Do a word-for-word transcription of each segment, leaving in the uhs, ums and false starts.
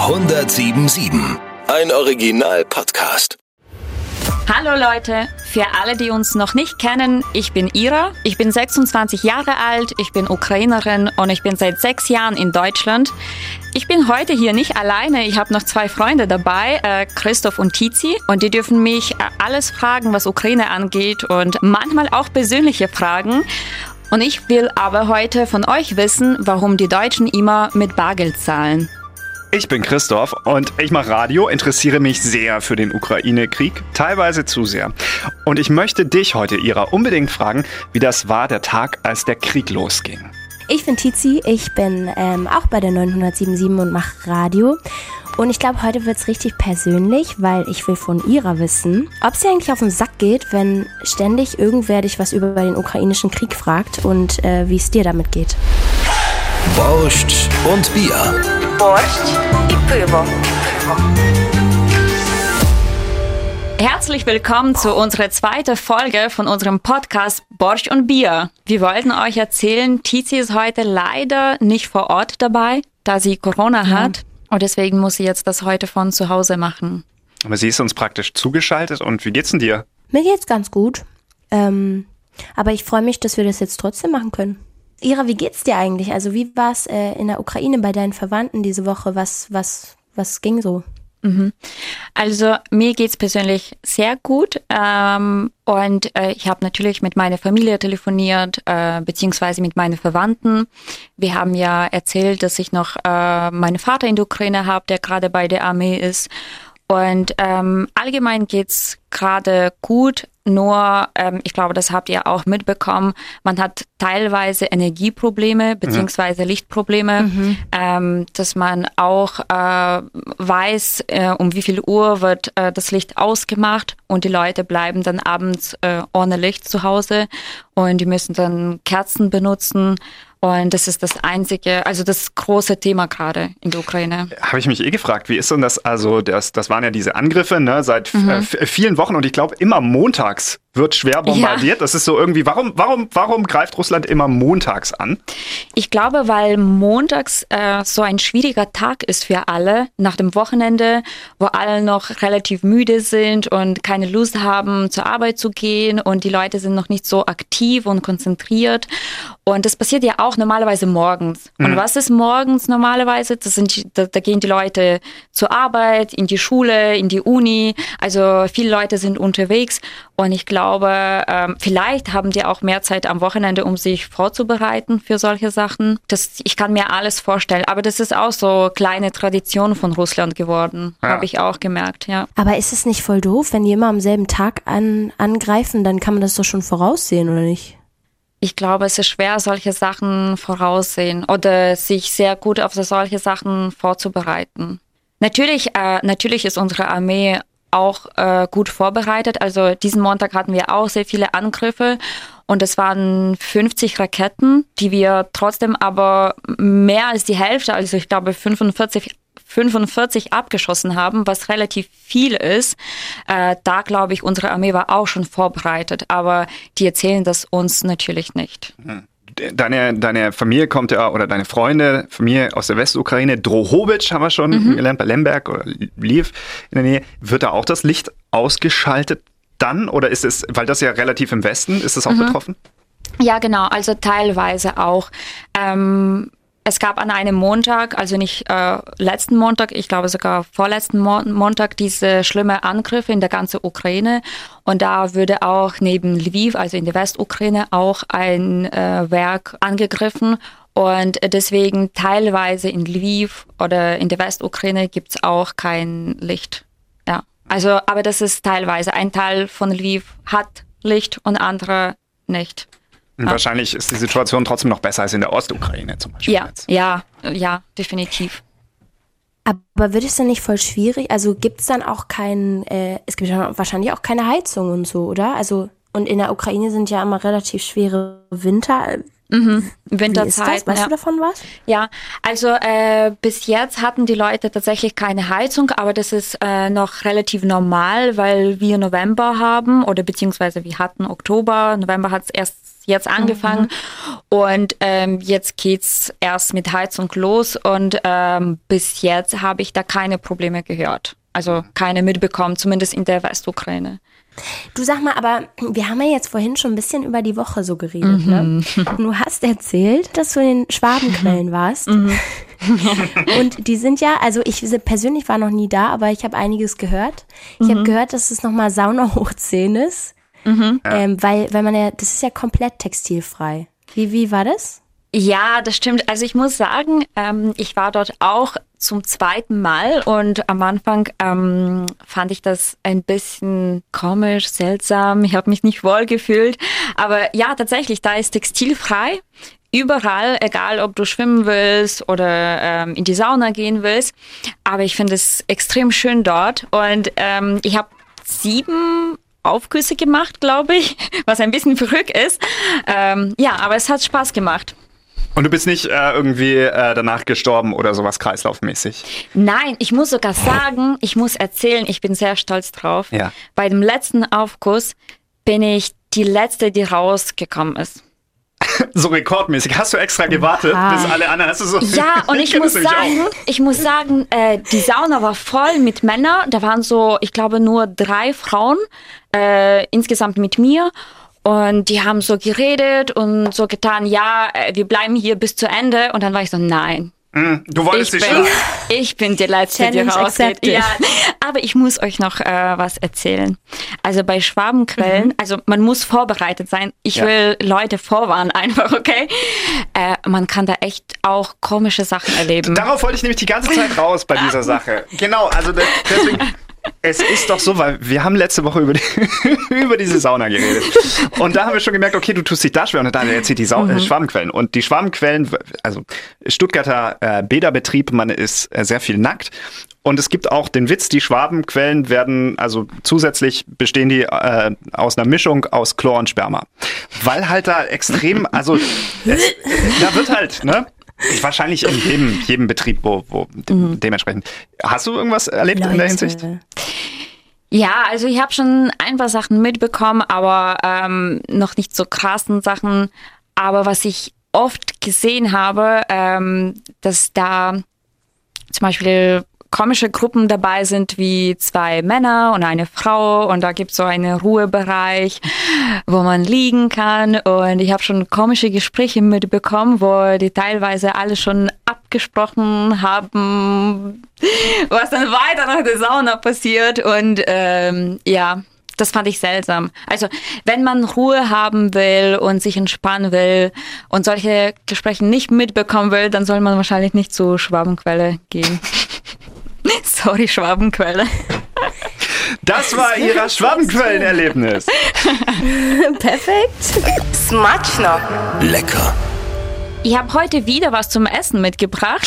hundertsieben Komma sieben. Ein Original-Podcast. Hallo Leute, für alle, die uns noch nicht kennen, ich bin Ira, ich bin sechsundzwanzig Jahre alt, ich bin Ukrainerin und ich bin seit sechs Jahren in Deutschland. Ich bin heute hier nicht alleine, ich habe noch zwei Freunde dabei, äh, Christoph und Tizi, und die dürfen mich äh, alles fragen, was Ukraine angeht und manchmal auch persönliche Fragen. Und ich will aber heute von euch wissen, warum die Deutschen immer mit Bargeld zahlen. Ich bin Christoph und ich mache Radio, interessiere mich sehr für den Ukraine-Krieg, teilweise zu sehr. Und ich möchte dich heute, Ira, unbedingt fragen, wie das war, der Tag, als der Krieg losging. Ich bin Tizi, ich bin ähm, auch bei der neunhundertsieben Komma sieben und mache Radio. Und ich glaube, heute wird's richtig persönlich, weil ich will von Ira wissen, ob es dir eigentlich auf den Sack geht, wenn ständig irgendwer dich was über den ukrainischen Krieg fragt und äh, wie es dir damit geht. Borscht und Bier. Борщ і пиво. Herzlich willkommen zu unserer zweiten Folge von unserem Podcast Borscht und Bier. Wir wollten euch erzählen, Tizi ist heute leider nicht vor Ort dabei, da sie Corona ja. hat. Und deswegen muss sie jetzt das heute von zu Hause machen. Aber sie ist uns praktisch zugeschaltet. Und wie geht's denn dir? Mir geht's ganz gut. Ähm, aber ich freue mich, dass wir das jetzt trotzdem machen können. Ira, wie geht's dir eigentlich? Also wie war's äh, in der Ukraine bei deinen Verwandten diese Woche? Was, was, was ging so? Mhm. Also mir geht's persönlich sehr gut ähm, und äh, ich habe natürlich mit meiner Familie telefoniert, äh, beziehungsweise mit meinen Verwandten. Wir haben ja erzählt, dass ich noch äh, meinen Vater in der Ukraine habe, der gerade bei der Armee ist. Und ähm, allgemein geht's gerade gut, nur ähm, ich glaube, das habt ihr auch mitbekommen, man hat teilweise Energieprobleme beziehungsweise mhm. Lichtprobleme, mhm. ähm, dass man auch äh, weiß, äh, um wie viel Uhr wird äh, das Licht ausgemacht und die Leute bleiben dann abends äh, ohne Licht zu Hause und die müssen dann Kerzen benutzen. Und das ist das einzige, also das große Thema gerade in der Ukraine. Habe ich mich eh gefragt, wie ist denn das? Also das, das waren ja diese Angriffe ne, seit mhm. f- vielen Wochen und ich glaube immer montags wird schwer bombardiert. Ja. Das ist so irgendwie, warum, warum, warum greift Russland immer montags an? Ich glaube, weil montags äh, so ein schwieriger Tag ist für alle nach dem Wochenende, wo alle noch relativ müde sind und keine Lust haben, zur Arbeit zu gehen und die Leute sind noch nicht so aktiv und konzentriert. Und das passiert ja auch normalerweise morgens. Mhm. Und was ist morgens normalerweise? Das sind, da, da gehen die Leute zur Arbeit, in die Schule, in die Uni. Also viele Leute sind unterwegs. Und ich glaube, ähm, vielleicht haben die auch mehr Zeit am Wochenende, um sich vorzubereiten für solche Sachen. Das, ich kann mir alles vorstellen. Aber das ist auch so kleine Tradition von Russland geworden. Ja. Habe ich auch gemerkt, ja. Aber ist es nicht voll doof, wenn die immer am selben Tag an, angreifen? Dann kann man das doch schon voraussehen, oder nicht? Ich glaube, es ist schwer, solche Sachen voraussehen oder sich sehr gut auf solche Sachen vorzubereiten. Natürlich, äh, natürlich ist unsere Armee auch äh, gut vorbereitet. Also diesen Montag hatten wir auch sehr viele Angriffe und es waren fünfzig Raketen, die wir trotzdem aber mehr als die Hälfte, also ich glaube fünfundvierzig fünfundvierzig abgeschossen haben, was relativ viel ist. Äh, da glaube ich, unsere Armee war auch schon vorbereitet, aber die erzählen das uns natürlich nicht. Deine, deine Familie kommt ja, oder deine Freunde, Familie aus der Westukraine, Drohobitsch haben wir schon mhm. gelernt, bei Lemberg oder Lviv in der Nähe. Wird da auch das Licht ausgeschaltet dann? Oder ist es, weil das ja relativ im Westen, ist das auch mhm. betroffen? Ja, genau, also teilweise auch. Ähm, Es gab an einem Montag, also nicht äh, letzten Montag, ich glaube sogar vorletzten Mo- Montag, diese schlimme Angriffe in der ganzen Ukraine. Und da würde auch neben Lviv, also in der Westukraine, auch ein äh, Werk angegriffen. Und deswegen teilweise in Lviv oder in der Westukraine gibt's auch kein Licht. Ja, also, aber das ist teilweise. Ein Teil von Lviv hat Licht und andere nicht. Wahrscheinlich ist die Situation trotzdem noch besser als in der Ostukraine zum Beispiel. Ja, jetzt. ja, ja, definitiv. Aber wird es dann nicht voll schwierig? Also gibt es dann auch kein, äh, es gibt dann wahrscheinlich auch keine Heizung und so, oder? Also und in der Ukraine sind ja immer relativ schwere Winter. Mhm. Wie Winterzeit. ist das? Weißt ja. du davon was? Ja, also äh, bis jetzt hatten die Leute tatsächlich keine Heizung, aber das ist äh, noch relativ normal, weil wir November haben oder beziehungsweise wir hatten Oktober, November hat es erst jetzt angefangen mhm. und ähm, jetzt geht's erst mit Heizung los und ähm, bis jetzt habe ich da keine Probleme gehört. Also keine mitbekommen, zumindest in der Westukraine. Du sag mal, aber wir haben ja jetzt vorhin schon ein bisschen über die Woche so geredet, mhm. ne? Du hast erzählt, dass du in den Schwabenquellen warst. Mhm. Und die sind ja, also ich persönlich war noch nie da, aber ich habe einiges gehört. Ich mhm. habe gehört, dass es nochmal Sauna hoch zehn ist, mhm. ähm, weil, weil man ja, das ist ja komplett textilfrei. Wie, wie war das? Ja, das stimmt. Also ich muss sagen, ähm, ich war dort auch zum zweiten Mal und am Anfang ähm, fand ich das ein bisschen komisch, seltsam. Ich habe mich nicht wohl gefühlt. Aber ja, tatsächlich, da ist textilfrei. Überall, egal ob du schwimmen willst oder ähm, in die Sauna gehen willst. Aber ich finde es extrem schön dort. Und ähm, ich habe sieben Aufgüsse gemacht, glaube ich, was ein bisschen verrückt ist. Ähm, ja, aber es hat Spaß gemacht. Und du bist nicht äh, irgendwie äh, danach gestorben oder sowas kreislaufmäßig? Nein, ich muss sogar sagen, ich muss erzählen, ich bin sehr stolz drauf. Ja. Bei dem letzten Aufguss bin ich die Letzte, die rausgekommen ist. So rekordmäßig. Hast du extra gewartet, ah. bis alle anderen... Hast du so Ja, und ich, ich muss sagen, ich muss sagen, äh, die Sauna war voll mit Männern. Da waren so, ich glaube, nur drei Frauen äh, insgesamt mit mir. Und die haben so geredet und so getan, ja, wir bleiben hier bis zu Ende. Und dann war ich so, nein. Mm, du wolltest ich dich bin, ich bin die Letzte, Challenge die rausgeht. accepted. Ja, aber ich muss euch noch äh, was erzählen. Also bei Schwabenquellen, mhm. also man muss vorbereitet sein. Ich ja. will Leute vorwarnen einfach, okay? Äh, man kann da echt auch komische Sachen erleben. Darauf wollte ich nämlich die ganze Zeit raus bei dieser Sache. Genau, also das, deswegen... Es ist doch so, weil wir haben letzte Woche über, die, über diese Sauna geredet. Und da haben wir schon gemerkt, okay, du tust dich da schwer. Und dann erzählt die Sau- mhm. äh, Schwabenquellen. Und die Schwabenquellen, also Stuttgarter äh, Bäderbetrieb, man ist äh, sehr viel nackt. Und es gibt auch den Witz, die Schwabenquellen werden, also zusätzlich bestehen die äh, aus einer Mischung aus Chlor und Sperma. Weil halt da extrem, also es, da wird halt, ne? Wahrscheinlich in jedem, jedem Betrieb, wo, wo mhm. dementsprechend. Hast du irgendwas erlebt Leute. in der Hinsicht? Ja, also ich habe schon ein paar Sachen mitbekommen, aber ähm, noch nicht so krassen Sachen. Aber was ich oft gesehen habe, ähm, dass da zum Beispiel komische Gruppen dabei sind, wie zwei Männer und eine Frau, und da gibt's so einen Ruhebereich, wo man liegen kann, und ich habe schon komische Gespräche mitbekommen, wo die teilweise alle schon abgesprochen haben, was dann weiter nach der Sauna passiert, und ähm, ja, das fand ich seltsam. Also wenn man Ruhe haben will und sich entspannen will und solche Gespräche nicht mitbekommen will, dann soll man wahrscheinlich nicht zur Schwabenquelle gehen. Sorry, Schwabenquelle. Das war Ihr Schwabenquellenerlebnis. Perfekt. Smaczno. Lecker. Ich habe heute wieder was zum Essen mitgebracht.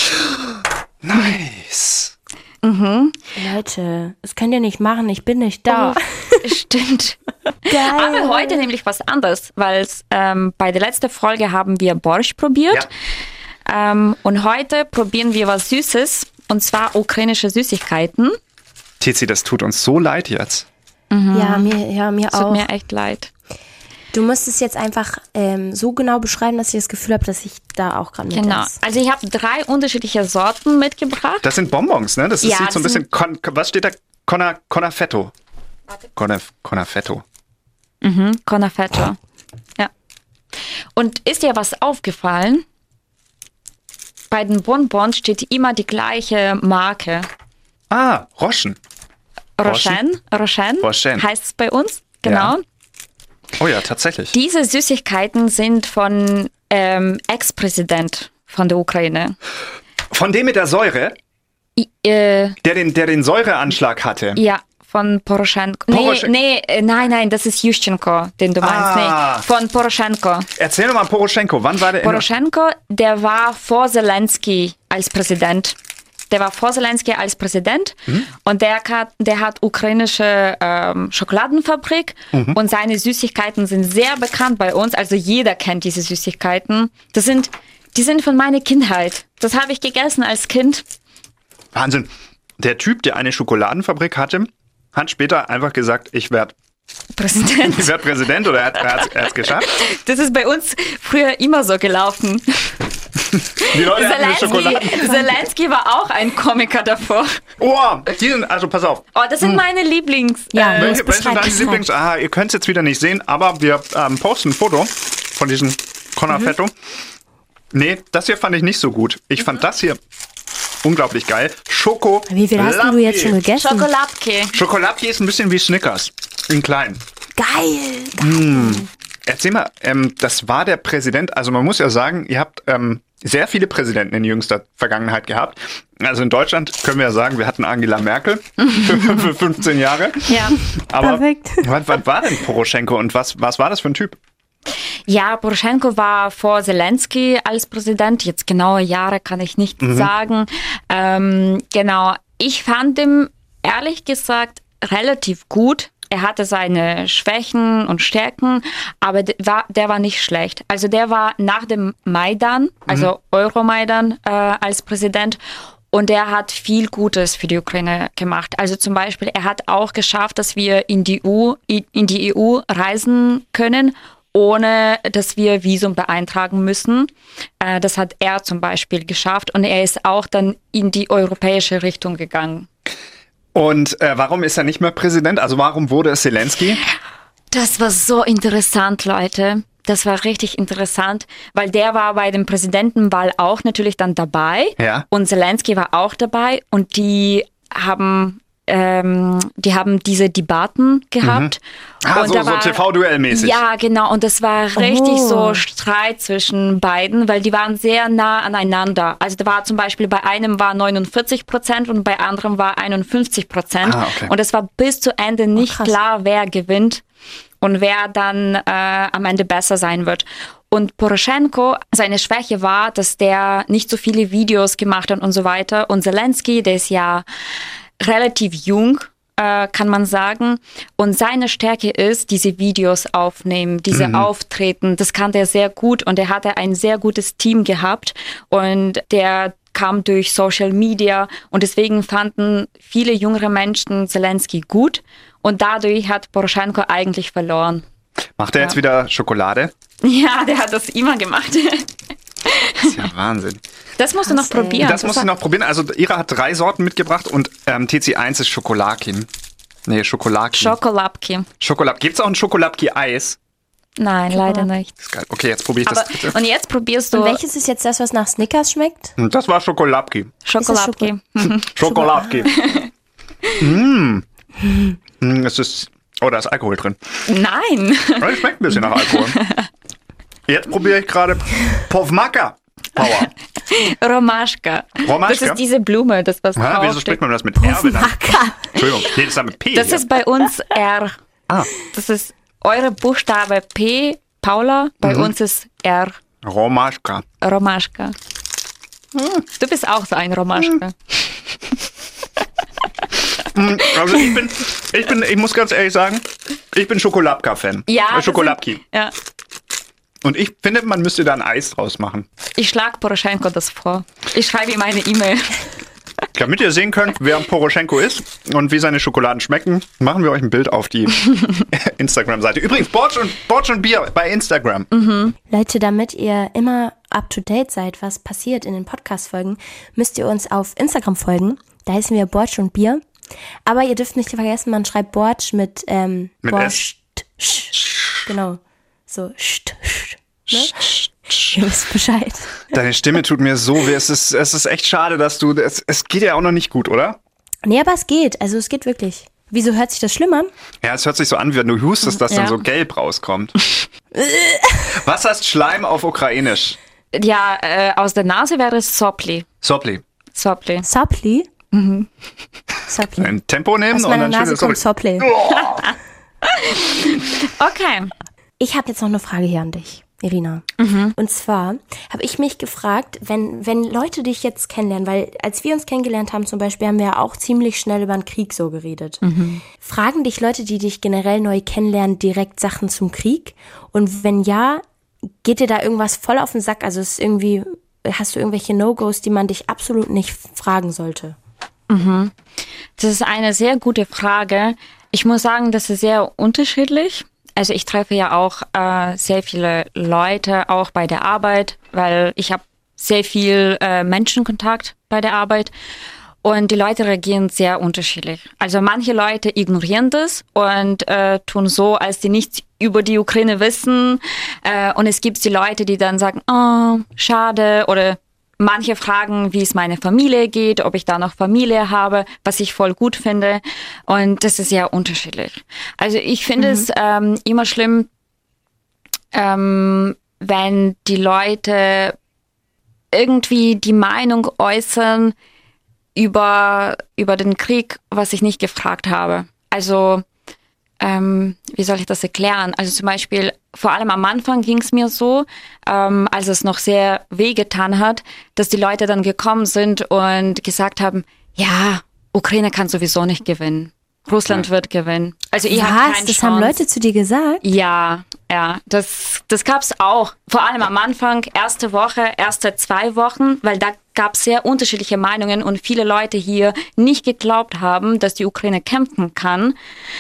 Nice. Mhm. Leute, das könnt ihr nicht machen, ich bin nicht da. Oh, stimmt. Geil. Aber heute nämlich was anderes, weil ähm, bei der letzten Folge haben wir Borsch probiert. Ja. Ähm, und heute probieren wir was Süßes. Und zwar ukrainische Süßigkeiten. Tizi, das tut uns so leid jetzt. Mhm. Ja, mir, ja, mir es auch. Tut mir echt leid. Du musst es jetzt einfach ähm, so genau beschreiben, dass ich das Gefühl habe, dass ich da auch gerade mit Genau. esse. Also ich habe drei unterschiedliche Sorten mitgebracht. Das sind Bonbons, ne? Das ist, ja, sieht so ein bisschen... Con, was steht da? Conna, Connafetto. Conaf, Connafetto. Mhm, Connafetto. Ja. Und ist dir was aufgefallen? Bei den Bonbons steht immer die gleiche Marke. Ah, Roschen. Roschen. Roschen, Roschen. heißt es bei uns. Genau. Ja. Oh ja, tatsächlich. Diese Süßigkeiten sind von ähm, Ex-Präsident von der Ukraine. Von dem mit der Säure? I, äh, der, den, der den Säureanschlag hatte? Ja, von Poroschenko. Porosch- nee, nee, nein, nein, das ist Juschenko, den du meinst. Ah. Nee, von Poroschenko. Erzähl doch mal Poroschenko. Wann war der? Poroschenko, der war vor Zelensky als Präsident. der war vor Zelensky als Präsident mhm. und der hat, der hat ukrainische ähm, Schokoladenfabrik mhm. und seine Süßigkeiten sind sehr bekannt bei uns. Also jeder kennt diese Süßigkeiten. Das sind, die sind von meiner Kindheit. Das habe ich gegessen als Kind. Wahnsinn. Der Typ, der eine Schokoladenfabrik hatte, hat später einfach gesagt, ich werde Präsident. Ich werde Präsident oder er hat es geschafft? Das ist bei uns früher immer so gelaufen. Die Leute hatten eine Schokolade. Zelensky war auch ein Komiker davor. Oh, die sind, also pass auf. Oh, das sind meine Lieblings. Ja, äh, welche, welche sind deine Lieblings? Ah, ihr könnt es jetzt wieder nicht sehen, aber wir ähm, posten ein Foto von diesem Confetto. Mhm. Nee, das hier fand ich nicht so gut. Ich mhm. fand das hier unglaublich geil. Schoko. Wie viel hast du jetzt schon gegessen? Schokolapki. Schokolapki ist ein bisschen wie Snickers. In klein. Geil. geil. Mm. Erzähl mal, ähm, das war der Präsident, also man muss ja sagen, ihr habt ähm, sehr viele Präsidenten in jüngster Vergangenheit gehabt. Also in Deutschland können wir ja sagen, wir hatten Angela Merkel für fünfzehn Jahre. Ja, aber perfekt. Was, was war denn Poroschenko und was, was war das für ein Typ? Ja, Poroschenko war vor Zelensky als Präsident. Jetzt genaue Jahre kann ich nicht mhm. sagen. Ähm, genau, ich fand ihn ehrlich gesagt relativ gut. Er hatte seine Schwächen und Stärken, aber der war, der war nicht schlecht. Also der war nach dem Maidan, also mhm. Euromaidan äh, als Präsident. Und er hat viel Gutes für die Ukraine gemacht. Also zum Beispiel, er hat auch geschafft, dass wir in die E U, in die E U reisen können, ohne dass wir Visum beantragen müssen. Äh, das hat er zum Beispiel geschafft. Und er ist auch dann in die europäische Richtung gegangen. Und äh, warum ist er nicht mehr Präsident? Also warum wurde es Zelensky? Das war so interessant, Leute. Das war richtig interessant, weil der war bei dem Präsidentenwahl auch natürlich dann dabei. Ja. Und Zelensky war auch dabei. Und die haben, ähm, die haben diese Debatten gehabt. Mhm. Ah, und so, da so war, T V-Duell-mäßig. Ja, genau. Und das war richtig Oh. so Streit zwischen beiden, weil die waren sehr nah aneinander. Also da war zum Beispiel bei einem war neunundvierzig Prozent und bei anderem war einundfünfzig Prozent. Ah, okay. Und es war bis zu Ende nicht krass. klar, wer gewinnt und wer dann äh, am Ende besser sein wird. Und Poroschenko, seine Schwäche war, dass der nicht so viele Videos gemacht hat und so weiter. Und Zelensky, der ist ja relativ jung, äh, kann man sagen. Und seine Stärke ist, diese Videos aufnehmen, diese mhm. Auftreten. Das kann der sehr gut. Und er hatte ein sehr gutes Team gehabt. Und der kam durch Social Media. Und deswegen fanden viele jüngere Menschen Zelensky gut. Und dadurch hat Poroschenko eigentlich verloren. Macht er Ja. jetzt wieder Schokolade? Ja, der hat das immer gemacht. Das ist ja Wahnsinn. Das musst du noch Krass, ey. probieren. Das musst du noch probieren. Also Ira hat drei Sorten mitgebracht und ähm, T C eins ist Schokolakin. Nee, Schokolaki. Schokolapki. Schokolab. Gibt es auch ein Schokolapki-Eis? Nein, leider nicht. Das ist geil. Okay, jetzt probiere ich Aber, das bitte. und jetzt probierst du Und welches ist jetzt das, was nach Snickers schmeckt? Und das war Schokolapki. Schokolapki. Schokolapki. mm. Mm, es ist, oh, da ist Alkohol drin. Nein. Das schmeckt ein bisschen nach Alkohol. Jetzt probiere ich gerade Povmaka Power. Romaschka. Romaschka? Das ist diese Blume, das was Ah, wieso draufsteht. spricht man das mit R? wenn dann- Macker. Entschuldigung, nee, das ist dann mit P. Das hier. ist bei uns R. ah, Das ist eure Buchstabe P, Paula. Bei Mhm. uns ist R. Romaschka. Romaschka. Du bist auch so ein Romaschka. Mm, Also ich bin, ich bin, ich muss ganz ehrlich sagen, ich bin Schokolapka-Fan. Ja. Äh, das Schokolapki. sind- Ja. Und ich finde, man müsste da ein Eis draus machen. Ich schlage Poroschenko das vor. Ich schreibe ihm eine E-Mail. Damit ihr sehen könnt, wer Poroschenko ist und wie seine Schokoladen schmecken, machen wir euch ein Bild auf die Instagram-Seite. Übrigens, Bortsch und, Bortsch und Bier bei Instagram. Mhm. Leute, damit ihr immer up-to-date seid, was passiert in den Podcast-Folgen, müsst ihr uns auf Instagram folgen. Da heißen wir Bortsch und Bier. Aber ihr dürft nicht vergessen, man schreibt Bortsch mit, ähm, Mit Bortsch. Genau. So, st, st, ne? Ihr wisst Bescheid. Deine Stimme tut mir so weh. Es ist, es ist echt schade, dass du. Es, es geht ja auch noch nicht gut, oder? Nee, aber es geht. Also es geht wirklich. Wieso hört sich das schlimm an? Ja, es hört sich so an, wenn du hustest, dass Ja. dann so gelb rauskommt. Was heißt Schleim auf Ukrainisch? Ja, äh, aus der Nase wäre es Sopli. Sopli. Sopli. Sapli? Mhm. Sapli. Ein Tempo nehmen Aus und meiner dann Nase schönes kommt Sopli. Sopli. Okay. Ich habe jetzt noch eine Frage hier an dich. Irina. Mhm. Und zwar habe ich mich gefragt, wenn wenn Leute dich jetzt kennenlernen, weil als wir uns kennengelernt haben zum Beispiel, haben wir ja auch ziemlich schnell über den Krieg so geredet. Mhm. Fragen dich Leute, die dich generell neu kennenlernen, direkt Sachen zum Krieg? Und wenn ja, geht dir da irgendwas voll auf den Sack? Also ist irgendwie, hast du irgendwelche No-Gos, die man dich absolut nicht fragen sollte? Mhm. Das ist eine sehr gute Frage. Ich muss sagen, das ist sehr unterschiedlich. Also ich treffe ja auch äh, sehr viele Leute, auch bei der Arbeit, weil ich habe sehr viel äh, Menschenkontakt bei der Arbeit und die Leute reagieren sehr unterschiedlich. Also manche Leute ignorieren das und äh, tun so, als die nichts über die Ukraine wissen äh, und es gibt die Leute, die dann sagen, oh, schade, oder manche fragen, wie es meiner Familie geht, ob ich da noch Familie habe, was ich voll gut finde. Und das ist sehr unterschiedlich. Also ich finde mhm. es ähm, immer schlimm, ähm, wenn die Leute irgendwie die Meinung äußern über, über den Krieg, was ich nicht gefragt habe. Also Ähm, wie soll ich das erklären? Also zum Beispiel, vor allem am Anfang ging es mir so, ähm, als es noch sehr wehgetan hat, dass die Leute dann gekommen sind und gesagt haben, ja, Ukraine kann sowieso nicht gewinnen. Russland wird gewinnen. Also ihr habt keine das Chance. Haben Leute zu dir gesagt? Ja, ja, das das gab's auch. Vor allem am Anfang, erste Woche, erste zwei Wochen, weil da gab's sehr unterschiedliche Meinungen und viele Leute hier nicht geglaubt haben, dass die Ukraine kämpfen kann.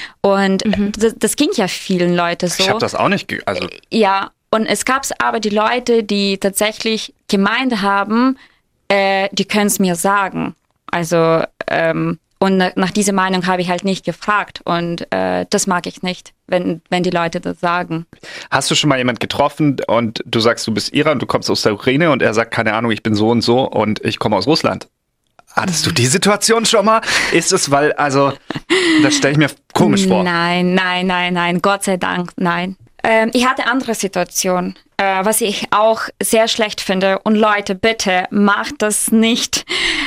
Und mhm. das, das ging ja vielen Leuten so. Ich habe das auch nicht, ge- also ja. Und es gab's aber die Leute, die tatsächlich gemeint haben, äh, die können's mir sagen. Also ähm, Und nach dieser Meinung habe ich halt nicht gefragt. Und äh, das mag ich nicht, wenn, wenn die Leute das sagen. Hast du schon mal jemand getroffen und du sagst, du bist Iran, du kommst aus der Ukraine und er sagt, keine Ahnung, ich bin so und so und ich komme aus Russland? Hattest du die Situation schon mal? Ist es, weil, also, das stelle ich mir komisch vor. Nein, nein, nein, nein, Gott sei Dank, nein. Ähm, ich hatte andere Situationen, äh, was ich auch sehr schlecht finde. Und Leute, bitte, macht das nicht.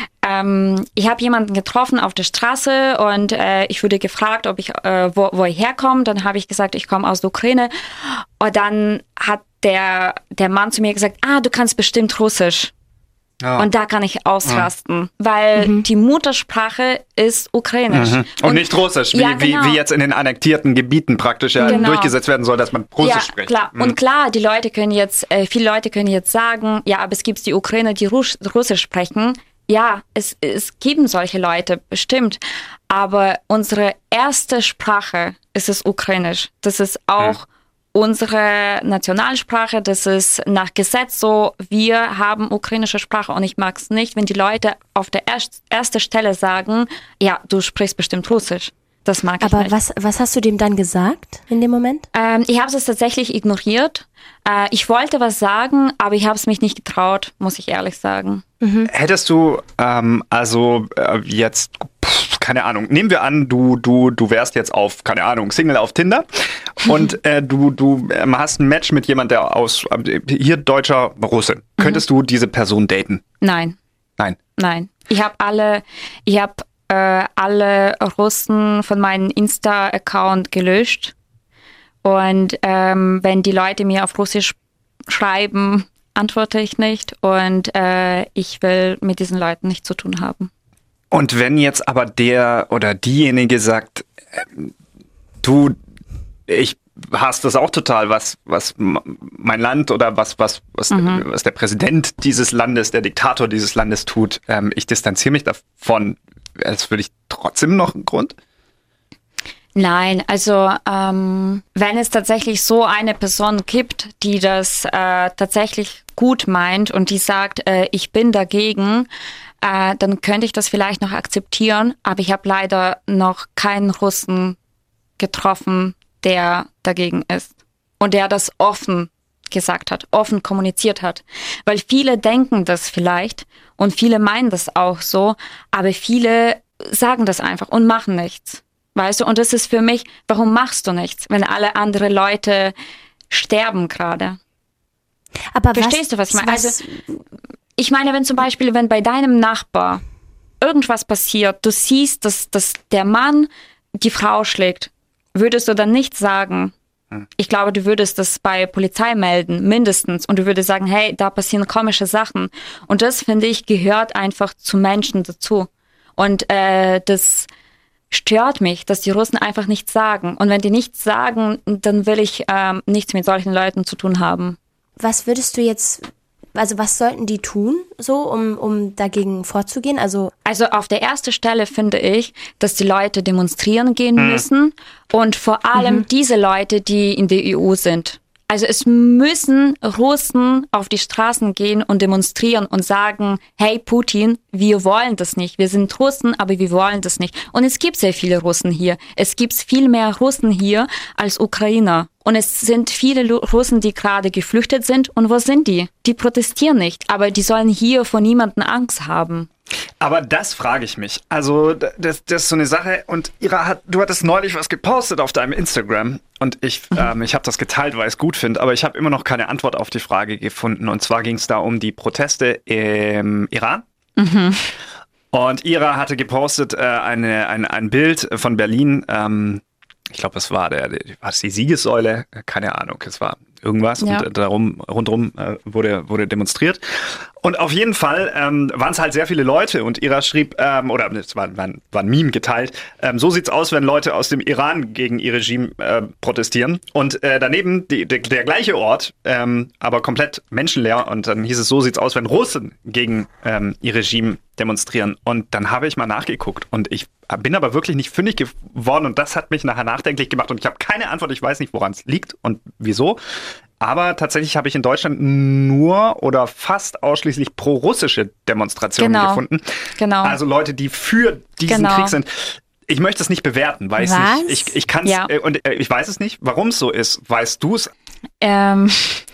Ähm, ich habe jemanden getroffen auf der Straße und äh, ich wurde gefragt, ob ich äh, wo, wo ich herkomme. Dann habe ich gesagt, ich komme aus der Ukraine. Und dann hat der der Mann zu mir gesagt, ah, du kannst bestimmt Russisch. Oh. Und da kann ich ausrasten, mhm. weil mhm. die Muttersprache ist Ukrainisch. Mhm. Und, und nicht Russisch, wie, ja, genau. wie, wie jetzt in den annektierten Gebieten praktisch ja genau. durchgesetzt werden soll, dass man Russisch ja, spricht. Klar. Mhm. Und klar, die Leute können jetzt, äh, viele Leute können jetzt sagen, ja, aber es gibt die Ukrainer, die Russ- Russisch sprechen. Ja, es, es geben solche Leute, bestimmt. Aber unsere erste Sprache ist es Ukrainisch. Das ist auch mhm. unsere Nationalsprache, das ist nach Gesetz so, wir haben ukrainische Sprache und ich mag es nicht, wenn die Leute auf der erst, ersten Stelle sagen, ja, du sprichst bestimmt Russisch. Das mag ich Aber nicht. Aber was, was hast du dem dann gesagt in dem Moment? Ähm, ich habe es tatsächlich ignoriert. Äh, ich wollte was sagen, aber ich habe es mich nicht getraut, muss ich ehrlich sagen. Mhm. Hättest du ähm, also äh, jetzt, pff, keine Ahnung, nehmen wir an, du du du wärst jetzt auf, keine Ahnung, Single auf Tinder und äh, du du ähm, hast ein Match mit jemand, der aus äh, hier deutscher Russe. Mhm. Könntest du diese Person daten? Nein. Nein. Nein. Ich habe alle, ich habe äh, alle Russen von meinem Insta-Account gelöscht. Und ähm, wenn die Leute mir auf Russisch schreiben, antworte ich nicht. Und äh, ich will mit diesen Leuten nichts zu tun haben. Und wenn jetzt aber der oder diejenige sagt, äh, du, ich hasse das auch total, was was mein Land oder was was was, mhm. was der Präsident dieses Landes, der Diktator dieses Landes tut, ähm, ich distanziere mich davon. Wäre das für dich trotzdem noch ein Grund? Nein, also ähm, wenn es tatsächlich so eine Person gibt, die das äh, tatsächlich gut meint und die sagt, äh, ich bin dagegen, äh, dann könnte ich das vielleicht noch akzeptieren. Aber ich habe leider noch keinen Russen getroffen, der dagegen ist und der das offen gesagt hat, offen kommuniziert hat. Weil viele denken das vielleicht und viele meinen das auch so, aber viele sagen das einfach und machen nichts. Weißt du, und das ist für mich, warum machst du nichts, wenn alle andere Leute sterben gerade? Aber Verstehst was, du, was ich meine? Was? Also, ich meine, wenn zum Beispiel, wenn bei deinem Nachbar irgendwas passiert, du siehst, dass, dass der Mann die Frau schlägt, würdest du dann nicht sagen, Ich glaube, du würdest das bei Polizei melden, mindestens. Und du würdest sagen, hey, da passieren komische Sachen. Und das, finde ich, gehört einfach zu Menschen dazu. Und äh, das stört mich, dass die Russen einfach nichts sagen. Und wenn die nichts sagen, dann will ich ähm, nichts mit solchen Leuten zu tun haben. Was würdest du jetzt, also was sollten die tun, so, um, um dagegen vorzugehen? Also, also auf der ersten Stelle finde ich, dass die Leute demonstrieren gehen Mhm. müssen. Und vor allem Mhm. diese Leute, die in der E U sind. Also es müssen Russen auf die Straßen gehen und demonstrieren und sagen, hey Putin, wir wollen das nicht. Wir sind Russen, aber wir wollen das nicht. Und es gibt sehr viele Russen hier. Es gibt viel mehr Russen hier als Ukrainer. Und es sind viele Lu- Russen, die gerade geflüchtet sind. Und wo sind die? Die protestieren nicht. Aber die sollen hier vor niemandem Angst haben. Aber das frage ich mich. Also, das, das ist so eine Sache. Und Ira, hat, du hattest neulich was gepostet auf deinem Instagram. Und ich, ähm, ich habe das geteilt, weil ich es gut finde. Aber ich habe immer noch keine Antwort auf die Frage gefunden. Und zwar ging es da um die Proteste im Iran. Mhm. Und Ira hatte gepostet äh, eine, ein, ein Bild von Berlin. Ähm, ich glaube, es war, der, die, war es die Siegessäule? Keine Ahnung, es war irgendwas. Ja. Und darum, rundherum äh, wurde, wurde demonstriert. Und auf jeden Fall ähm, waren es halt sehr viele Leute. Und Ira schrieb, ähm, oder es war, war, war ein Meme geteilt, ähm, so sieht's aus, wenn Leute aus dem Iran gegen ihr Regime äh, protestieren. Und äh, daneben die, der, der gleiche Ort, ähm, aber komplett menschenleer. Und dann hieß es, so sieht's aus, wenn Russen gegen ähm, ihr Regime demonstrieren. Und dann habe ich mal nachgeguckt. Und ich bin aber wirklich nicht fündig geworden. Und das hat mich nachher nachdenklich gemacht. Und ich habe keine Antwort. Ich weiß nicht, woran es liegt und wieso. Aber tatsächlich habe ich in Deutschland nur oder fast ausschließlich pro-russische Demonstrationen Genau. gefunden. Genau. Also Leute, die für diesen Genau. Krieg sind. Ich möchte es nicht bewerten, weiß Was? nicht. Ich, ich kann es Ja. äh, und äh, ich weiß es nicht, warum es so ist. Weißt du es? Ähm,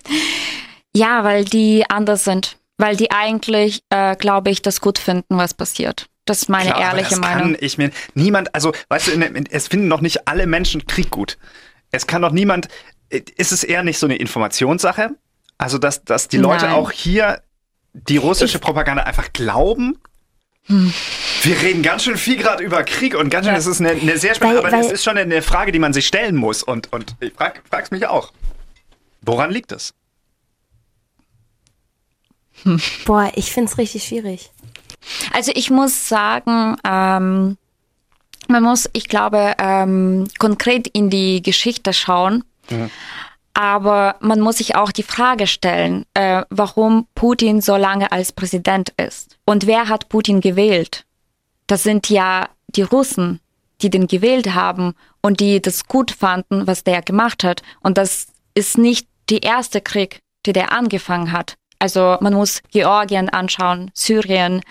ja, weil die anders sind. Weil die eigentlich, äh, glaube ich, das gut finden, was passiert. Das ist meine Klar, aber ehrliche das Meinung. kann ich mir niemand, also weißt du, in, in, es finden noch nicht alle Menschen Krieg gut. Es kann doch niemand, ist es eher nicht so eine Informationssache? Also, dass, dass die Leute Nein. auch hier die russische Propaganda einfach glauben? Hm. Wir reden ganz schön viel gerade über Krieg und ganz schön, das ist eine, eine sehr spannende, Weil- aber das weil- ist schon eine Frage, die man sich stellen muss. Und, und ich frag, frag's mich auch. Woran liegt es? boah, ich find's richtig schwierig. Also ich muss sagen, ähm, man muss, ich glaube, ähm, konkret in die Geschichte schauen. Mhm. Aber man muss sich auch die Frage stellen, äh, warum Putin so lange als Präsident ist. Und wer hat Putin gewählt? Das sind ja die Russen, die den gewählt haben und die das gut fanden, was der gemacht hat. Und das ist nicht der erste Krieg, den der angefangen hat. Also man muss Georgien anschauen, Syrien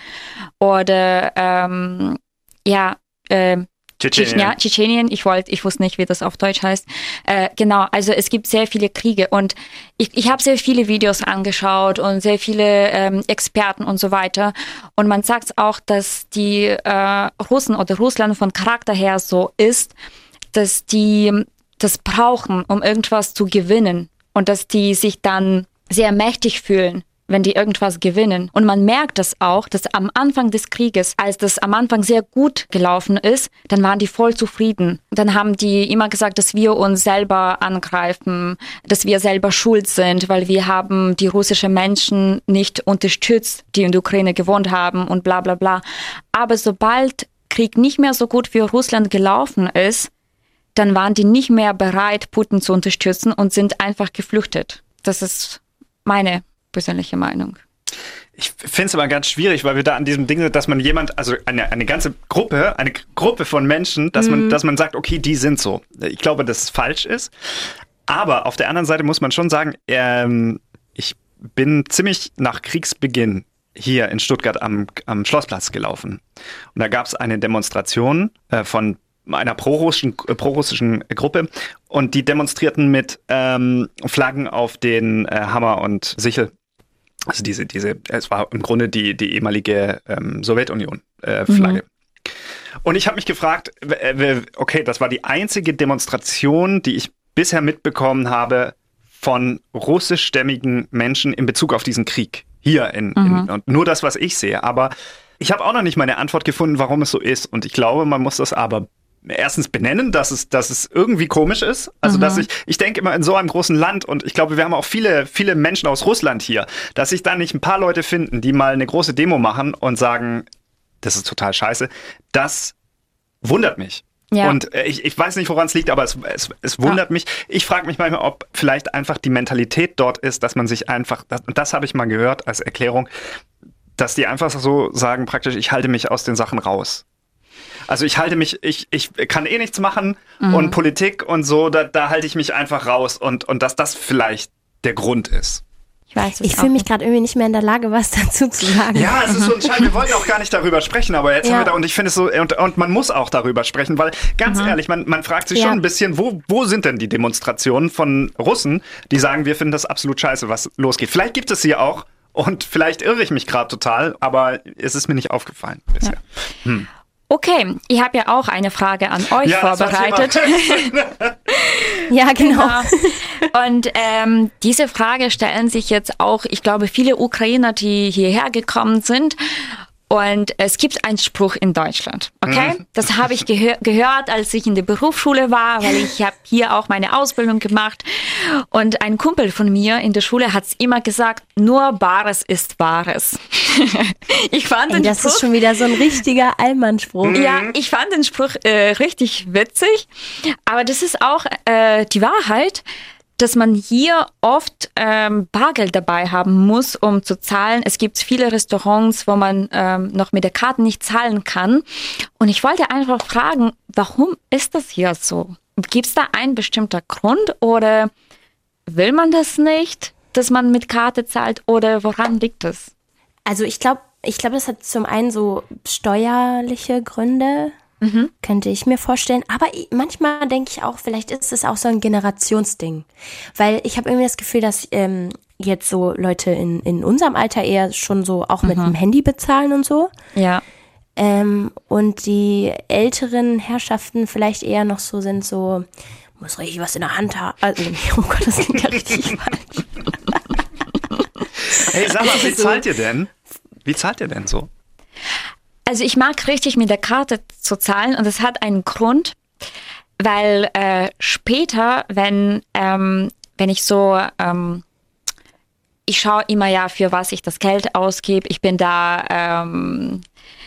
oder ähm, ja, äh, Tschetschenien. Ja, Tschetschenien, ich wollte, ich wusste nicht, wie das auf Deutsch heißt. Äh, genau, also es gibt sehr viele Kriege und ich, ich habe sehr viele Videos angeschaut und sehr viele ähm, Experten und so weiter. Und man sagt auch, dass die äh, Russen oder Russland von Charakter her so ist, dass die das brauchen, um irgendwas zu gewinnen und dass die sich dann sehr mächtig fühlen, wenn die irgendwas gewinnen. Und man merkt das auch, dass am Anfang des Krieges, als das am Anfang sehr gut gelaufen ist, dann waren die voll zufrieden. Dann haben die immer gesagt, dass wir uns selber angreifen, dass wir selber schuld sind, weil wir haben die russischen Menschen nicht unterstützt, die in der Ukraine gewohnt haben und bla bla bla. Aber sobald Krieg nicht mehr so gut für Russland gelaufen ist, dann waren die nicht mehr bereit, Putin zu unterstützen und sind einfach geflüchtet. Das ist meine persönliche Meinung. Ich finde es aber ganz schwierig, weil wir da an diesem Ding sind, dass man jemand, also eine, eine ganze Gruppe, eine Gruppe von Menschen, dass man, dass man sagt, okay, die sind so. Ich glaube, dass es falsch ist. Aber auf der anderen Seite muss man schon sagen, ähm, ich bin ziemlich nach Kriegsbeginn hier in Stuttgart am, am Schlossplatz gelaufen. Und da gab es eine Demonstration äh, von einer prorussischen, äh, prorussischen Gruppe und die demonstrierten mit ähm, Flaggen auf den äh, Hammer und Sichel. Also diese, diese, es war im Grunde die, die ehemalige ähm, Sowjetunion äh, Flagge. Mhm. Und ich habe mich gefragt, okay, das war die einzige Demonstration, die ich bisher mitbekommen habe von russischstämmigen Menschen in Bezug auf diesen Krieg. Hier in, mhm. in und nur das, was ich sehe. Aber ich habe auch noch nicht meine Antwort gefunden, warum es so ist. Und ich glaube, man muss das aber erstens benennen, dass es, dass es irgendwie komisch ist. Also, mhm. dass ich, ich denke immer in so einem großen Land und ich glaube, wir haben auch viele, viele Menschen aus Russland hier, dass sich da nicht ein paar Leute finden, die mal eine große Demo machen und sagen, das ist total scheiße. Das wundert mich. Ja. Und äh, ich, ich weiß nicht, woran es liegt, aber es, es, es wundert ja. mich. Ich frage mich manchmal, ob vielleicht einfach die Mentalität dort ist, dass man sich einfach, das, und das habe ich mal gehört als Erklärung, dass die einfach so sagen, praktisch, ich halte mich aus den Sachen raus. Also ich halte mich, ich, ich kann eh nichts machen mhm. und Politik und so, da, da halte ich mich einfach raus und, und dass das vielleicht der Grund ist. Ich weiß, ich fühle mich gerade irgendwie nicht mehr in der Lage, was dazu zu sagen. Ja, es ist so ein Schein. Wir wollten auch gar nicht darüber sprechen, aber jetzt ja. haben wir da, und ich finde es so, und, und man muss auch darüber sprechen, weil ganz mhm. ehrlich, man, man fragt sich ja. schon ein bisschen, wo, wo sind denn die Demonstrationen von Russen, die sagen, wir finden das absolut scheiße, was losgeht. Vielleicht gibt es sie auch und vielleicht irre ich mich gerade total, aber es ist mir nicht aufgefallen bisher. Ja. Hm. Okay, ich habe ja auch eine Frage an euch ja, vorbereitet. Ja, genau. genau. Und ähm, diese Frage stellen sich jetzt auch, ich glaube, viele Ukrainer, die hierher gekommen sind. Und es gibt einen Spruch in Deutschland, okay? Mhm. Das habe ich gehör- gehört, als ich in der Berufsschule war, weil ich habe hier auch meine Ausbildung gemacht. Und ein Kumpel von mir in der Schule hat es immer gesagt, nur Bares ist Wahres. Ich fand Ey, den das Spruch, ist schon wieder so ein richtiger Allmann-Spruch. Ja, ich fand den Spruch äh, richtig witzig. Aber das ist auch äh, die Wahrheit, dass man hier oft ähm, Bargeld dabei haben muss, um zu zahlen. Es gibt viele Restaurants, wo man ähm, noch mit der Karte nicht zahlen kann. Und ich wollte einfach fragen, warum ist das hier so? Gibt es da einen bestimmten Grund oder will man das nicht, dass man mit Karte zahlt oder woran liegt es? Also ich glaube, ich glaube, das hat zum einen so steuerliche Gründe. Mhm. Könnte ich mir vorstellen. Aber manchmal denke ich auch, vielleicht ist es auch so ein Generationsding. Weil ich habe irgendwie das Gefühl, dass ähm, jetzt so Leute in, in unserem Alter eher schon so auch mit mhm. dem Handy bezahlen und so. Ja. Ähm, und die älteren Herrschaften vielleicht eher noch so sind, so, muss richtig was in der Hand haben. Also, oh Gott, das klingt ja richtig falsch. Hey, sag mal, wie zahlt ihr denn? Wie zahlt ihr denn so? Also ich mag richtig mit der Karte zu zahlen und es hat einen Grund, weil äh, später, wenn ähm, wenn ich so, ähm, ich schaue immer ja, für was ich das Geld ausgebe. Ich bin da, ähm,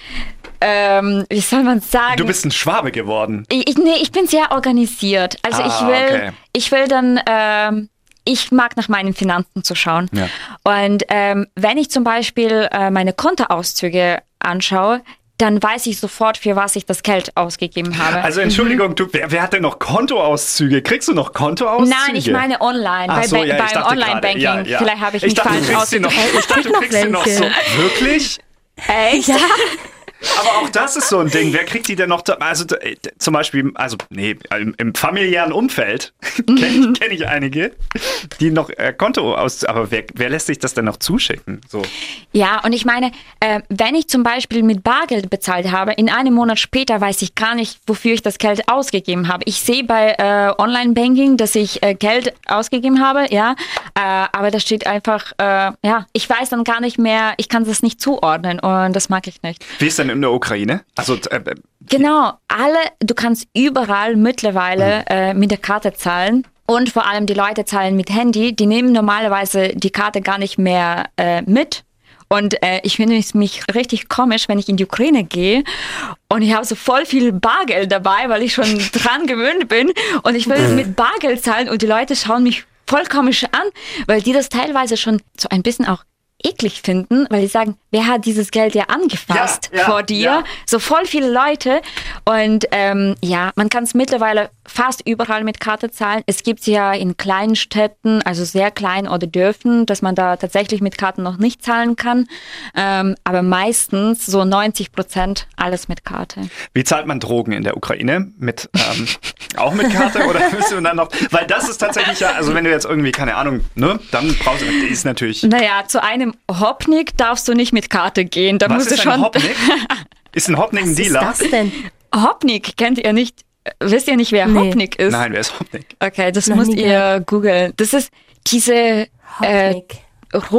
ähm, wie soll man sagen? Du bist ein Schwabe geworden. Ich, ich, nee, ich bin sehr organisiert. Also ah, ich will, okay. ich will dann... Ähm, Ich mag nach meinen Finanzen zu schauen. Ja. Und ähm, wenn ich zum Beispiel äh, meine Kontoauszüge anschaue, dann weiß ich sofort, für was ich das Geld ausgegeben habe. Also Entschuldigung, mhm. du, wer, wer hat denn noch Kontoauszüge? Kriegst du noch Kontoauszüge? Nein, ich meine online, Ach bei, so, ja, beim Online-Banking. Ja, ja. Vielleicht habe ich, ich mich dachte, falsch ausgedrückt. Ich dachte, du kriegst sie noch so. Wirklich? Echt? Ja. Aber auch das ist so ein Ding. Wer kriegt die denn noch? Also zum Beispiel, also nee, im, im familiären Umfeld kenne kenn ich einige, die noch äh, Konto aus. Aber wer, wer lässt sich das denn noch zuschicken? So. Ja, und ich meine, äh, wenn ich zum Beispiel mit Bargeld bezahlt habe, in einem Monat später weiß ich gar nicht, wofür ich das Geld ausgegeben habe. Ich sehe bei äh, Online-Banking, dass ich äh, Geld ausgegeben habe, ja, äh, aber da steht einfach, äh, ja, ich weiß dann gar nicht mehr, ich kann das nicht zuordnen und das mag ich nicht. Wie ist denn in der Ukraine? Also äh, genau, alle, du kannst überall mittlerweile mhm. äh, mit der Karte zahlen und vor allem die Leute zahlen mit Handy, die nehmen normalerweise die Karte gar nicht mehr äh, mit. Und äh, ich finde es mich richtig komisch, wenn ich in die Ukraine gehe und ich habe so voll viel Bargeld dabei, weil ich schon dran gewöhnt bin und ich will mhm. mit Bargeld zahlen und die Leute schauen mich voll komisch an, weil die das teilweise schon so ein bisschen auch eklig finden, weil die sagen, wer hat dieses Geld ja angefasst ja, ja, vor dir? Ja. So voll viele Leute. Und ähm, ja, man kann es mittlerweile fast überall mit Karte zahlen. Es gibt ja in kleinen Städten, also sehr klein oder Dörfern, dass man da tatsächlich mit Karten noch nicht zahlen kann. Ähm, aber meistens so neunzig Prozent alles mit Karte. Wie zahlt man Drogen in der Ukraine? Mit ähm, auch mit Karte oder müssen wir dann noch? Weil das ist tatsächlich ja, also wenn du jetzt irgendwie, keine Ahnung, ne, dann brauchst du, die ist natürlich. Naja, zu einem Hopnik darfst du nicht mit Karte gehen. Da Was musst ist du ein schon. Hopnik? Ist ein Hopnik ein Dealer? Was ist das denn? Hopnik kennt ihr nicht? Wisst ihr nicht, wer Nee. Hopnik ist? Nein, wer ist Hopnik? Okay, das Noch müsst nie ihr googeln. Das ist diese äh, Hopnik.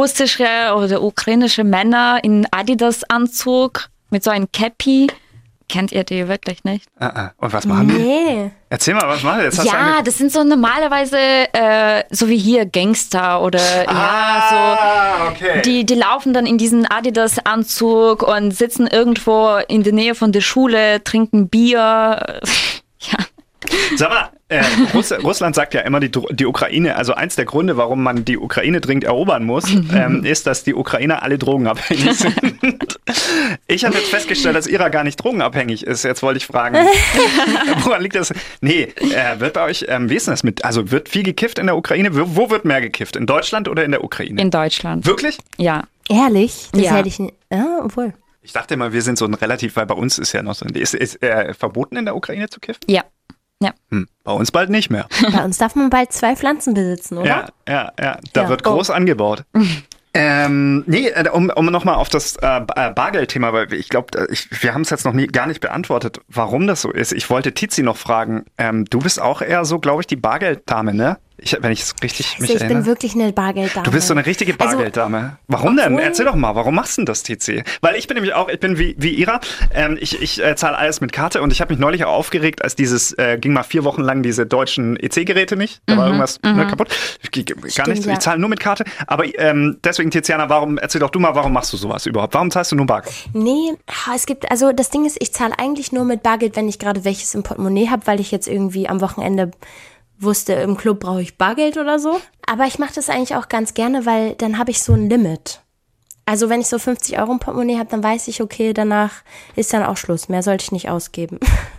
russische oder ukrainische Männer in Adidas-Anzug mit so einem Cappy. Kennt ihr die wirklich nicht? Ah, ah. Und was machen die? Nee. Erzähl mal, was machen die? Jetzt hast du Ja, eigentlich- das sind so normalerweise äh, so wie hier Gangster oder ja, so. Ah, okay. Die, die laufen dann in diesen Adidas-Anzug und sitzen irgendwo in der Nähe von der Schule, trinken Bier. Ja. Sag mal, äh, Russ Russland sagt ja immer, die, die Ukraine, also eins der Gründe, warum man die Ukraine dringend erobern muss, ähm, ist, dass die Ukrainer alle drogenabhängig sind. Ich habe jetzt festgestellt, dass Ira gar nicht drogenabhängig ist. Jetzt wollte ich fragen, woran liegt das? Nee, äh, wird bei euch, ähm, wie ist denn das mit, also wird viel gekifft in der Ukraine? Wo, wo wird mehr gekifft? In Deutschland oder in der Ukraine? In Deutschland. Wirklich? Ja. Ehrlich? Das Ja. hätte ich nicht. Ja, obwohl. Ich dachte immer, wir sind so ein relativ, weil bei uns ist ja noch so ein, ist, ist äh, verboten in der Ukraine zu kiffen? Ja. Hm, bei uns bald nicht mehr. Bei uns darf man bald zwei Pflanzen besitzen, oder? Ja, ja, ja. Da Ja. wird groß angebaut. Ähm, nee, äh, um, um nochmal auf das äh, Bargeldthema, weil ich glaube, wir haben es jetzt noch nie, gar nicht beantwortet, warum das so ist. Ich wollte Tizi noch fragen, ähm, du bist auch eher so, glaube ich, die Bargelddame, ne? Ich, wenn ich es richtig mich Also ich erinnere. bin wirklich eine Bargelddame. Du bist so eine richtige Also, Bargelddame. Warum denn? obwohl- Erzähl doch mal, warum machst du denn das, T C? Weil ich bin nämlich auch, ich bin wie, wie Ira, ähm, ich, ich äh, zahle alles mit Karte und ich habe mich neulich auch aufgeregt, als dieses, äh, ging mal vier Wochen lang diese deutschen E C-Geräte nicht, da war irgendwas ne, kaputt. Ich, g- gar Stimmt, nichts, ja. ich zahle nur mit Karte, aber ähm, deswegen, Tiziana, warum, erzähl doch du mal, warum machst du sowas überhaupt? Warum zahlst du nur Bargeld? Nee, ha, es gibt, also das Ding ist, ich zahle eigentlich nur mit Bargeld, wenn ich gerade welches im Portemonnaie habe, weil ich jetzt irgendwie am Wochenende wusste, im Club brauche ich Bargeld oder so. Aber ich mache das eigentlich auch ganz gerne, weil dann habe ich so ein Limit. Also wenn ich so fünfzig Euro im Portemonnaie habe, dann weiß ich, okay, danach ist dann auch Schluss. Mehr sollte ich nicht ausgeben.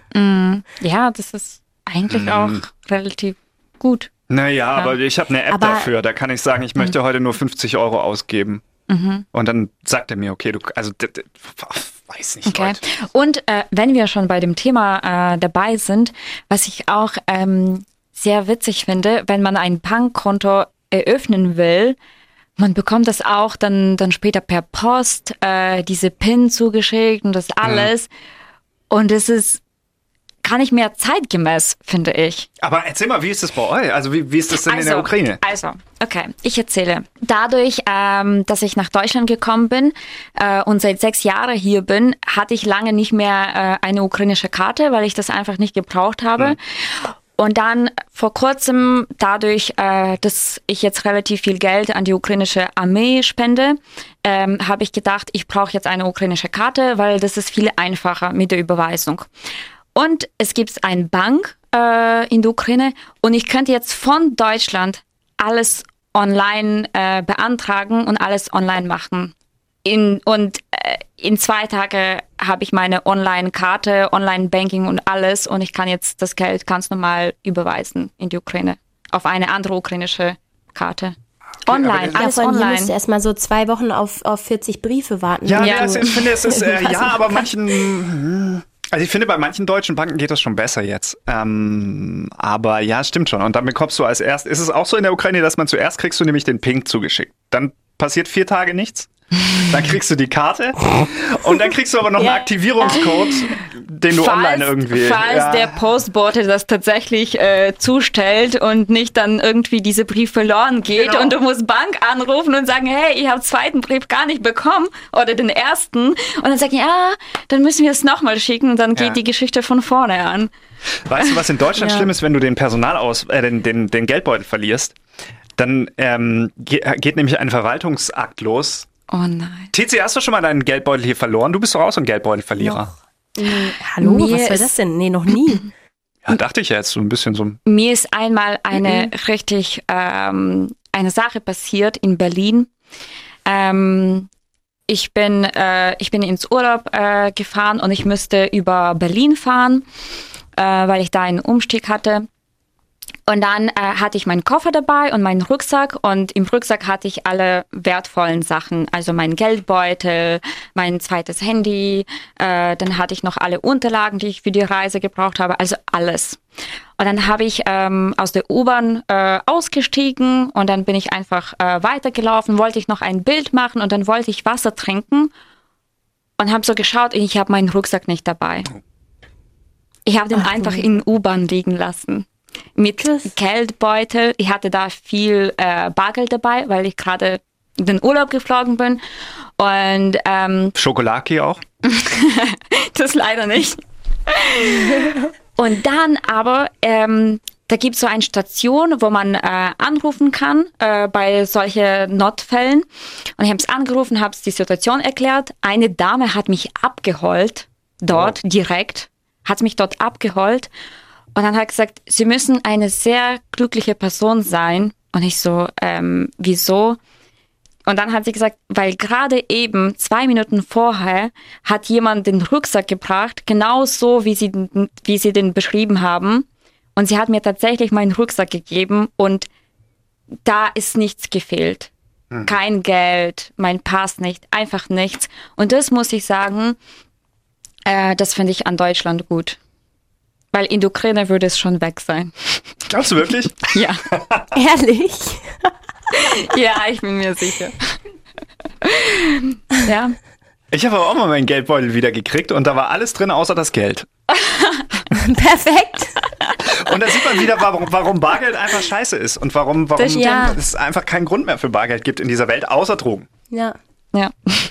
Ja, das ist eigentlich auch relativ gut. Naja, aber ich habe eine App Aber- dafür, da kann ich sagen, ich möchte heute nur fünfzig Euro ausgeben. Und dann sagt er mir, okay, du, also, d- d- weiß nicht, Okay. Leute. Und äh, wenn wir schon bei dem Thema äh, dabei sind, was ich auch ähm, sehr witzig finde, wenn man ein Bankkonto eröffnen will, man bekommt das auch dann, dann später per Post, äh, diese PIN zugeschickt und das alles. Und es ist gar nicht mehr zeitgemäß, finde ich. Aber erzähl mal, wie ist das bei euch? Also wie, wie ist das denn in der Ukraine? Also, okay, ich erzähle. Dadurch, ähm, dass ich nach Deutschland gekommen bin äh, und seit sechs Jahren hier bin, hatte ich lange nicht mehr äh, eine ukrainische Karte, weil ich das einfach nicht gebraucht habe. Mhm. Und dann vor kurzem, dadurch, äh, dass ich jetzt relativ viel Geld an die ukrainische Armee spende, ähm, habe ich gedacht, ich brauche jetzt eine ukrainische Karte, weil das ist viel einfacher mit der Überweisung. Und es gibt eine Bank äh, in der Ukraine und ich könnte jetzt von Deutschland alles online äh, beantragen und alles online machen. In, und äh, in zwei Tagen habe ich meine Online-Karte, Online-Banking und alles und ich kann jetzt das Geld ganz normal überweisen in die Ukraine auf eine andere ukrainische Karte. Online, aber- Ja, alles vor allem hier online. musst du erstmal so zwei Wochen auf, auf vierzig Briefe warten. Ja, bis ja. du Also ich finde, es ist, äh, irgendwas ja, machen aber kannst. manchen, also ich finde, bei manchen deutschen Banken geht das schon besser jetzt. Ähm, aber ja, stimmt schon. Und dann bekommst du als erst, ist es auch so in der Ukraine, dass man zuerst kriegst du nämlich den Ping zugeschickt. Dann passiert vier Tage nichts. Dann kriegst du die Karte und dann kriegst du aber noch einen Ja. Aktivierungscode, den du online irgendwie. Falls ja. der Postbote das tatsächlich äh, zustellt und nicht dann irgendwie diese Brief verloren geht Genau. und du musst Bank anrufen und sagen, hey, ich habe zweiten Brief gar nicht bekommen oder den ersten und dann sagen, ja, dann müssen wir es nochmal schicken und dann geht Ja. die Geschichte von vorne an. Weißt du, was in Deutschland Ja. schlimm ist, wenn du den Personalaus, äh, den, den, den Geldbeutel verlierst? Dann ähm, ge geht nämlich ein Verwaltungsakt los. Oh nein. T C, hast du schon mal deinen Geldbeutel hier verloren? Du bist doch auch so ein Geldbeutelverlierer. Nee, hallo, Mir was soll ist- das denn? Nee, noch nie. Ja, dachte ich ja jetzt so ein bisschen so. Mir ist einmal eine richtig ähm, eine Sache passiert in Berlin. Ähm, ich bin äh, ich bin ins Urlaub äh, gefahren und ich müsste über Berlin fahren, äh, weil ich da einen Umstieg hatte. Und dann äh, hatte ich meinen Koffer dabei und meinen Rucksack und im Rucksack hatte ich alle wertvollen Sachen, also mein Geldbeutel, mein zweites Handy, äh, dann hatte ich noch alle Unterlagen, die ich für die Reise gebraucht habe, also alles. Und dann habe ich ähm, aus der U-Bahn äh, ausgestiegen und dann bin ich einfach äh, weitergelaufen, wollte ich noch ein Bild machen und dann wollte ich Wasser trinken und habe so geschaut und ich habe meinen Rucksack nicht dabei. Ich habe den Ach, einfach du- in U-Bahn liegen lassen. Mit Krass. Geldbeutel. Ich hatte da viel äh, Bargeld dabei, weil ich gerade in den Urlaub geflogen bin. Und ähm, Schokolaki auch? das leider nicht. Und dann aber, ähm, da gibt es so eine Station, wo man äh, anrufen kann äh, bei solchen Notfällen. Und ich habe es angerufen, habe die Situation erklärt. Eine Dame hat mich abgeholt, dort wow. direkt, hat mich dort abgeholt. Und dann hat gesagt, Sie müssen eine sehr glückliche Person sein. Und ich so, ähm, wieso? Und dann hat sie gesagt, weil gerade eben, zwei Minuten vorher, hat jemand den Rucksack gebracht, genau so, wie sie, wie sie den beschrieben haben. Und sie hat mir tatsächlich meinen Rucksack gegeben und da ist nichts gefehlt. Mhm. Kein Geld, mein Pass nicht, einfach nichts. Und das muss ich sagen, äh, das finde ich an Deutschland gut. Weil in der Ukraine würde es schon weg sein. Glaubst du wirklich? Ja. Ehrlich? Ja, ich bin mir sicher. Ja. Ich habe aber auch mal meinen Geldbeutel wieder gekriegt und da war alles drin, außer das Geld. Perfekt. Und da sieht man wieder, warum, warum Bargeld einfach scheiße ist und warum, warum Das, ja. es einfach keinen Grund mehr für Bargeld gibt in dieser Welt, außer Drogen. Ja. Ja.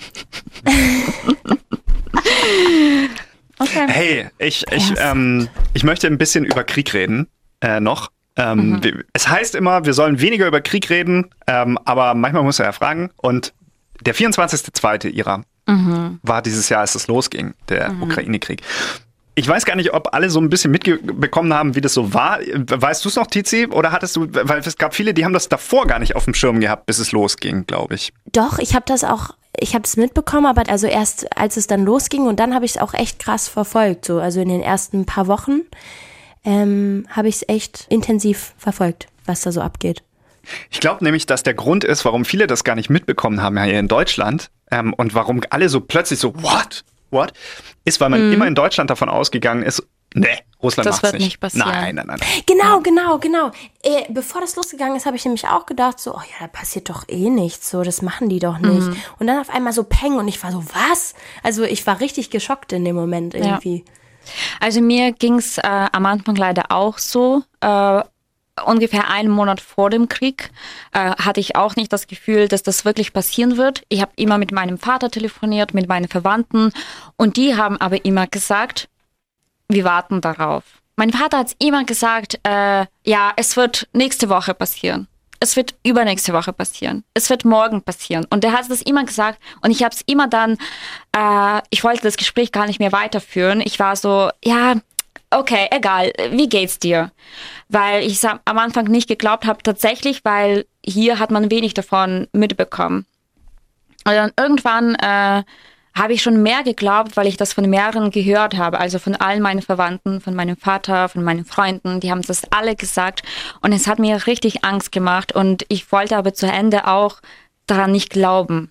Okay. Hey, ich, ich, ähm, ich möchte ein bisschen über Krieg reden, äh, noch. Ähm, mhm. wir, es heißt immer, wir sollen weniger über Krieg reden, ähm, aber manchmal muss er ja fragen. Und der vierundzwanzigster zweite Ira mhm. war dieses Jahr, als es losging, der mhm. Ukraine-Krieg. Ich weiß gar nicht, ob alle so ein bisschen mitbekommen haben, wie das so war. Weißt du es noch, Tizi? Oder hattest du, weil es gab viele, die haben das davor gar nicht auf dem Schirm gehabt, bis es losging, glaube ich. Doch, ich habe das auch, ich habe es mitbekommen, aber also erst als es dann losging und dann habe ich es auch echt krass verfolgt. So, also in den ersten paar Wochen ähm, habe ich es echt intensiv verfolgt, was da so abgeht. Ich glaube nämlich, dass der Grund ist, warum viele das gar nicht mitbekommen haben hier in Deutschland ähm, und warum alle so plötzlich so, what? What? Ist, weil man mhm. immer in Deutschland davon ausgegangen ist, nee, Russland das macht's wird nicht. nicht passieren. Nein, nein, nein. Genau, genau, genau. Äh, bevor das losgegangen ist, habe ich nämlich auch gedacht, so, oh ja, da passiert doch eh nichts, so, das machen die doch nicht. Mhm. Und dann auf einmal so Peng und ich war so, was? Also ich war richtig geschockt in dem Moment irgendwie. Ja. Also mir ging's äh, am Anfang leider auch so. Äh, ungefähr einen Monat vor dem Krieg äh, hatte ich auch nicht das Gefühl, dass das wirklich passieren wird. Ich habe immer mit meinem Vater telefoniert, mit meinen Verwandten und die haben aber immer gesagt, wir warten darauf. Mein Vater hat immer gesagt, äh, ja, es wird nächste Woche passieren. Es wird übernächste Woche passieren. Es wird morgen passieren. Und er hat das immer gesagt und ich habe es immer dann, äh, ich wollte das Gespräch gar nicht mehr weiterführen. Ich war so, ja, okay, egal, wie geht's dir? Weil ich am Anfang nicht geglaubt habe, tatsächlich, weil hier hat man wenig davon mitbekommen. Und dann irgendwann äh, habe ich schon mehr geglaubt, weil ich das von mehreren gehört habe, also von allen meinen Verwandten, von meinem Vater, von meinen Freunden, die haben das alle gesagt und es hat mir richtig Angst gemacht und ich wollte aber zu Ende auch daran nicht glauben,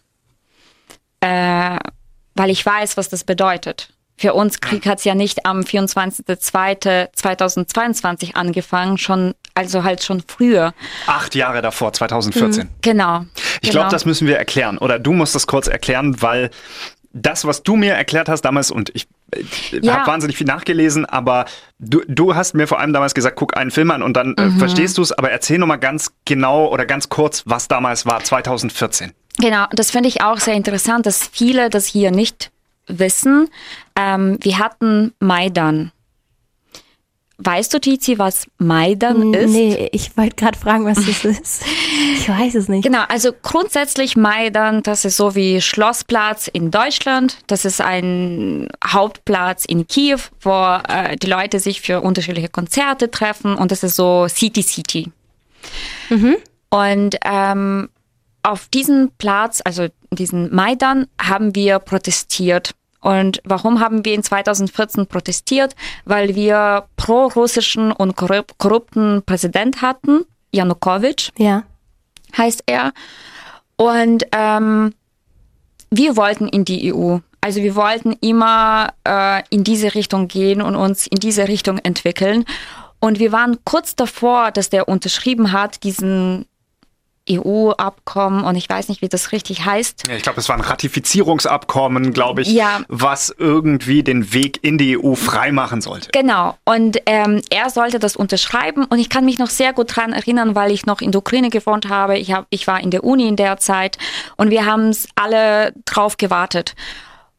äh, weil ich weiß, was das bedeutet. Für uns Krieg hat es ja nicht am vierundzwanzigster zweiter zweitausendzweiundzwanzig angefangen, schon also halt schon früher. Acht Jahre davor, zweitausendvierzehn. Genau. Ich genau. glaube, das müssen wir erklären. Oder du musst das kurz erklären, weil das, was du mir erklärt hast damals, und ich ja. habe wahnsinnig viel nachgelesen, aber du, du hast mir vor allem damals gesagt, guck einen Film an und dann mhm. äh, verstehst du es, aber erzähl nochmal ganz genau oder ganz kurz, was damals war, zweitausendvierzehn. Genau, das finde ich auch sehr interessant, dass viele das hier nicht wissen. Ähm, wir hatten Maidan. Weißt du, Tizi, was Maidan ist? Nee, ich wollte gerade fragen, was das ist. Ich weiß es nicht. Genau, also grundsätzlich Maidan, das ist so wie Schlossplatz in Deutschland. Das ist ein Hauptplatz in Kiew, wo äh, die Leute sich für unterschiedliche Konzerte treffen und das ist so City City. Mhm. Und ähm, auf diesem Platz, also diesen Maidan, haben wir protestiert. Und warum haben wir in zweitausendvierzehn protestiert? Weil wir pro-russischen und korrupten Präsident hatten, Janukowitsch, ja. heißt er. Und ähm, wir wollten in die E U. Also wir wollten immer äh, in diese Richtung gehen und uns in diese Richtung entwickeln. Und wir waren kurz davor, dass der unterschrieben hat, diesen E U-Abkommen und ich weiß nicht, wie das richtig heißt. Ja, ich glaube, es war ein Ratifizierungsabkommen, glaube ich, ja. was irgendwie den Weg in die E U freimachen sollte. Genau. Und ähm, er sollte das unterschreiben und ich kann mich noch sehr gut daran erinnern, weil ich noch in der Ukraine gewohnt habe. Ich, hab, ich war in der Uni in der Zeit und wir haben es alle drauf gewartet.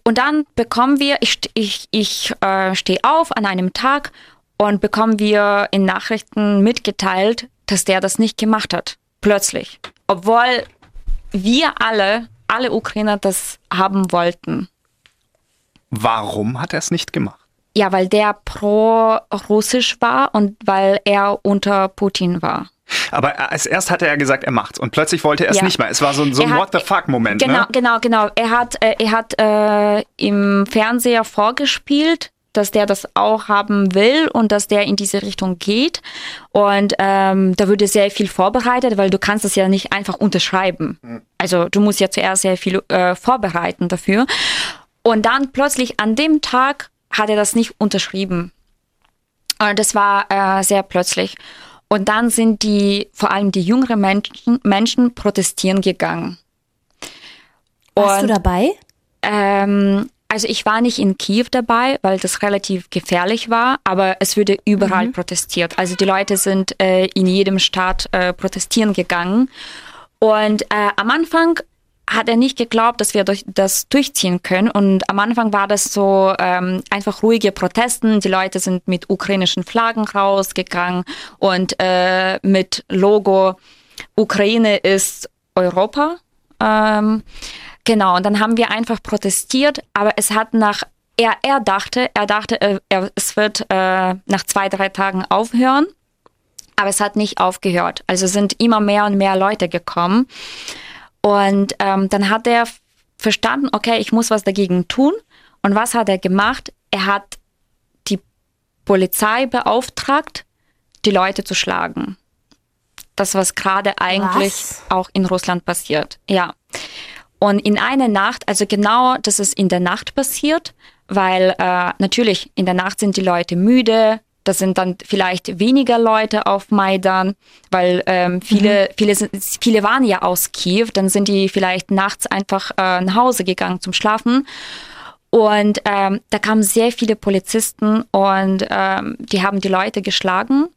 und dann bekommen wir, ich, ich, ich äh, stehe auf an einem Tag und bekommen wir in Nachrichten mitgeteilt, dass der das nicht gemacht hat. Plötzlich. Obwohl wir alle, alle Ukrainer das haben wollten. Warum hat er es nicht gemacht? Ja, weil der pro-russisch war und weil er unter Putin war. Aber als erst hatte er gesagt, er macht's und plötzlich wollte er es Ja. nicht mehr. Es war so ein, so ein Er What hat- the fuck-Moment. Genau, Ne? genau, genau. Er hat, äh, er hat äh, im Fernseher vorgespielt, dass der das auch haben will und dass der in diese Richtung geht. Und ähm, da wurde sehr viel vorbereitet, weil du kannst es ja nicht einfach unterschreiben. Also du musst ja zuerst sehr viel äh, vorbereiten dafür. Und dann plötzlich an dem Tag hat er das nicht unterschrieben. Und das war äh, sehr plötzlich. Und dann sind die, vor allem die jüngeren Menschen, Menschen protestieren gegangen. Warst Und, du dabei? Ähm, also ich war nicht in Kiew dabei, weil das relativ gefährlich war, aber es wurde überall protestiert. Also die Leute sind äh, in jedem Staat äh, protestieren gegangen. Und äh, am Anfang hat er nicht geglaubt, dass wir durch, das durchziehen können. Und am Anfang war das so ähm, einfach ruhige Protesten. Die Leute sind mit ukrainischen Flaggen rausgegangen und äh, mit Logo Ukraine ist Europa. Ähm, genau, und dann haben wir einfach protestiert, aber es hat nach, er, er dachte, er dachte, er, er, es wird äh, nach zwei, drei Tagen aufhören, aber es hat nicht aufgehört. Also sind immer mehr und mehr Leute gekommen. Und ähm, dann hat er verstanden, okay, ich muss was dagegen tun. Und was hat er gemacht? Er hat die Polizei beauftragt, die Leute zu schlagen. Das, was gerade eigentlich Was? auch in Russland passiert. Ja. Und in einer Nacht, also genau, das ist in der Nacht passiert, weil äh, natürlich in der Nacht sind die Leute müde. Das sind dann vielleicht weniger Leute auf Maidan, weil ähm, viele, viele, sind, viele waren ja aus Kiew. Dann sind die vielleicht nachts einfach äh, nach Hause gegangen zum Schlafen. Und ähm, da kamen sehr viele Polizisten und ähm, die haben die Leute geschlagen.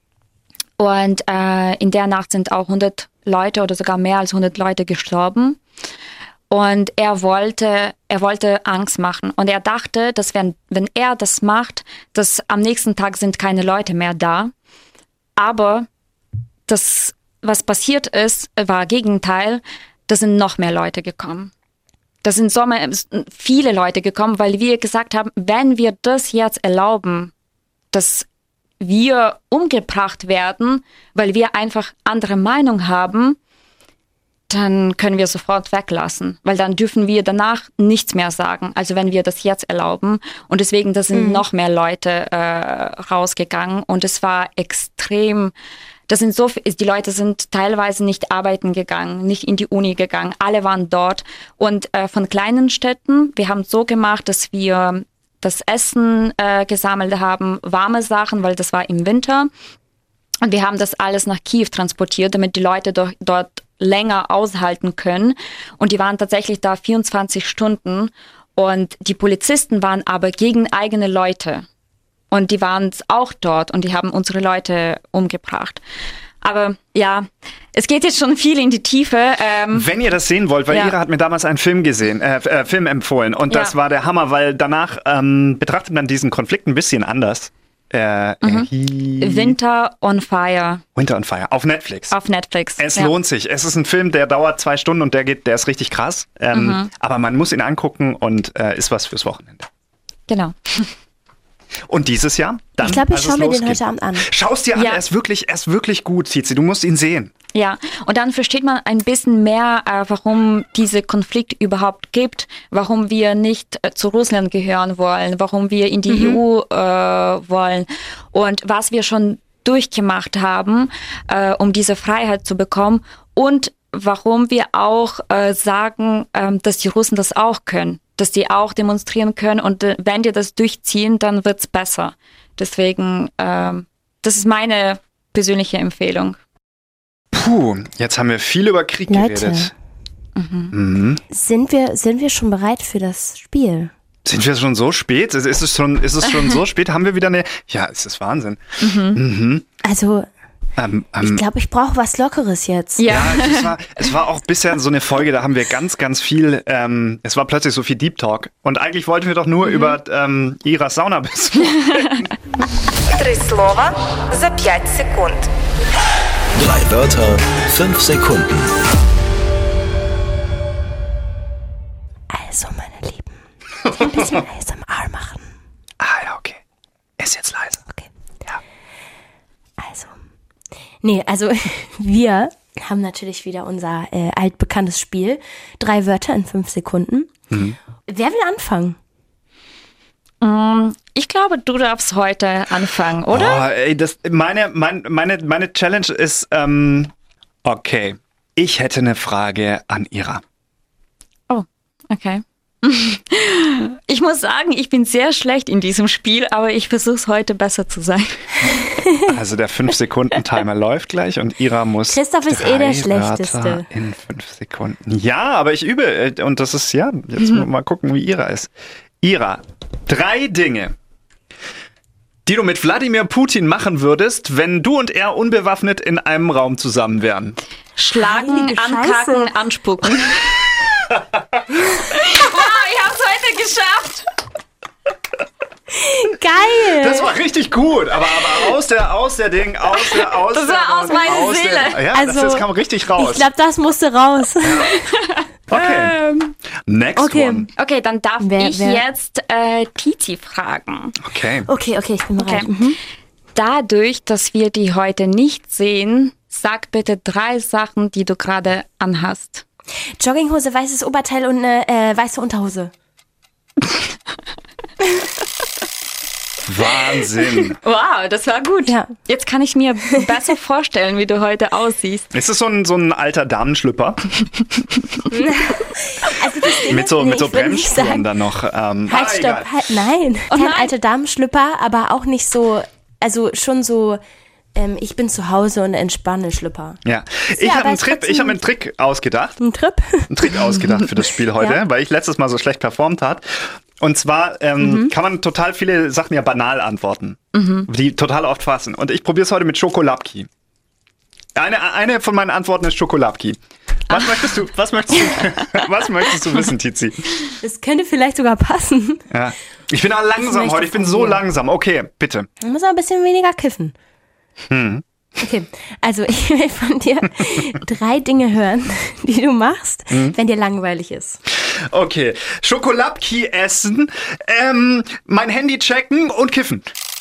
Und äh, in der Nacht sind auch hundert Leute oder sogar mehr als hundert Leute gestorben. Und er wollte, er wollte Angst machen. Und er dachte, dass wenn, wenn er das macht, dass am nächsten Tag sind keine Leute mehr da. Aber das, was passiert ist, war Gegenteil. Da sind noch mehr Leute gekommen. Da sind so viele Leute gekommen, weil wir gesagt haben, wenn wir das jetzt erlauben, dass wir umgebracht werden, weil wir einfach andere Meinung haben, dann können wir sofort weglassen, weil dann dürfen wir danach nichts mehr sagen. Also wenn wir das jetzt erlauben. Und deswegen, da sind mhm. noch mehr Leute äh, rausgegangen und es war extrem, das sind so, die Leute sind teilweise nicht arbeiten gegangen, nicht in die Uni gegangen. Alle waren dort. Und äh, von kleinen Städten, wir haben es so gemacht, dass wir das Essen äh, gesammelt haben, warme Sachen, weil das war im Winter. Und wir haben das alles nach Kiew transportiert, damit die Leute do- dort länger aushalten können. Und die waren tatsächlich da vierundzwanzig Stunden. Und die Polizisten waren aber gegen eigene Leute. Und die waren auch dort und die haben unsere Leute umgebracht. Aber ja, es geht jetzt schon viel in die Tiefe. Ähm, Wenn ihr das sehen wollt, weil ja. Ira hat mir damals einen Film gesehen, äh, äh, Film empfohlen und das Ja. war der Hammer, weil danach ähm, betrachtet man diesen Konflikt ein bisschen anders. Äh, Mhm. äh, Winter on Fire Winter on Fire auf Netflix. auf Netflix. Es ja. lohnt sich. Es ist ein Film, der dauert zwei Stunden und der geht, der ist richtig krass. Ähm, Mhm. Aber man muss ihn angucken und äh, ist was fürs Wochenende. Genau. Und dieses Jahr? Dann, Ich glaube, ich als es schaue mir den losgeht. heute Abend an. Schau's dir an, Ja. er ist wirklich, er ist wirklich gut, Tizi. Du musst ihn sehen. Ja, und dann versteht man ein bisschen mehr, äh, warum diese Konflikt überhaupt gibt, warum wir nicht äh, zu Russland gehören wollen, warum wir in die Mhm. E U äh, wollen und was wir schon durchgemacht haben, äh, um diese Freiheit zu bekommen und warum wir auch äh, sagen, äh, dass die Russen das auch können, dass die auch demonstrieren können und äh, wenn die das durchziehen, dann wird's besser. Deswegen, äh, das ist meine persönliche Empfehlung. Puh, jetzt haben wir viel über Krieg Leute. geredet. Mhm. Sind wir, sind wir schon bereit für das Spiel? Sind wir schon so spät? Ist ist es schon, ist es schon so spät? Haben wir wieder eine... Ja, es ist Wahnsinn. Mhm. Also, Ähm, ähm, Ich glaube, ich brauche was Lockeres jetzt. Ja. Ja, es war, es war auch bisher so eine Folge, da haben wir ganz, ganz viel, ähm, es war plötzlich so viel Deep Talk. Und eigentlich wollten wir doch nur mhm. über ähm, Iras Saunabesuch reden. Три слова за пять секунд. Drei Wörter, fünf Sekunden. Also, meine Lieben, ein bisschen A S M R machen. Ah ja, okay. Ist jetzt leise. Okay. Ja. Also. Nee, also wir haben natürlich wieder unser äh, altbekanntes Spiel. Drei Wörter in fünf Sekunden. Mhm. Wer will anfangen? Ich glaube, du darfst heute anfangen, oder? Oh, ey, das, meine, mein, meine, meine Challenge ist, ähm, okay, ich hätte eine Frage an Ira. Oh, okay. Ich muss sagen, ich bin sehr schlecht in diesem Spiel, aber ich versuche es heute besser zu sein. Also der fünf Sekunden Timer läuft gleich und Ira muss Christoph ist eh der Schlechteste. Wörter in fünf Sekunden. Ja, aber ich übe und das ist, ja, jetzt mhm. mal gucken, wie Ira ist. Ira, drei Dinge, die du mit Wladimir Putin machen würdest, wenn du und er unbewaffnet in einem Raum zusammen wären. Schlagen, Heilige ankacken, Scheiße. anspucken. Wow, ich hab's heute geschafft. Geil! Das war richtig gut, aber, aber aus der, aus der Ding, aus der, aus Das der, war aus meiner aus Seele. Der, ja, Also, das, das kam richtig raus. Ich glaube, das musste raus. Okay. Ähm, Next okay. one. Okay, dann darf Wer- ich wer- jetzt äh, Titi fragen. Okay. Okay, okay, ich bin bereit. Okay. Mhm. Dadurch, dass wir die heute nicht sehen, sag bitte drei Sachen, die du gerade anhast. Jogginghose, weißes Oberteil und eine äh, weiße Unterhose. Wahnsinn. Wow, das war gut. Ja. Jetzt kann ich mir besser vorstellen, wie du heute aussiehst. Ist es so ein, so ein alter Damenschlüpper? Also das Ding Mit so, ist, nee, mit so ich würde nicht Bremsspuren sagen- dann noch. Ähm, Halt, ah, stopp, egal. halt, nein. Oh Kein nein. alter Damenschlüpper, aber auch nicht so, also schon so, ähm, ich bin zu Hause und entspanne Schlüpper. Ja. Ich Ja, habe aber einen, es Trick- trotzdem- ich hab einen Trick ausgedacht. Ein Trip? Einen Trick ausgedacht für das Spiel heute, Ja. weil ich letztes Mal so schlecht performt hat. Und zwar ähm, Mhm. kann man total viele Sachen ja banal antworten, die total oft fassen. Und ich probiere es heute mit Schokolabki. Eine, eine von meinen Antworten ist Schokolabki. Was Ah. möchtest du, was möchtest du, was möchtest du wissen, Tizi? Das könnte vielleicht sogar passen. Ja. Ich bin auch langsam möchte heute, ich bin von so dir. langsam. Okay, bitte. Man muss auch ein bisschen weniger kiffen. Hm. Okay, also ich will von dir drei Dinge hören, die du machst, Hm. wenn dir langweilig ist. Okay, Schokolabki essen, ähm, mein Handy checken und kiffen.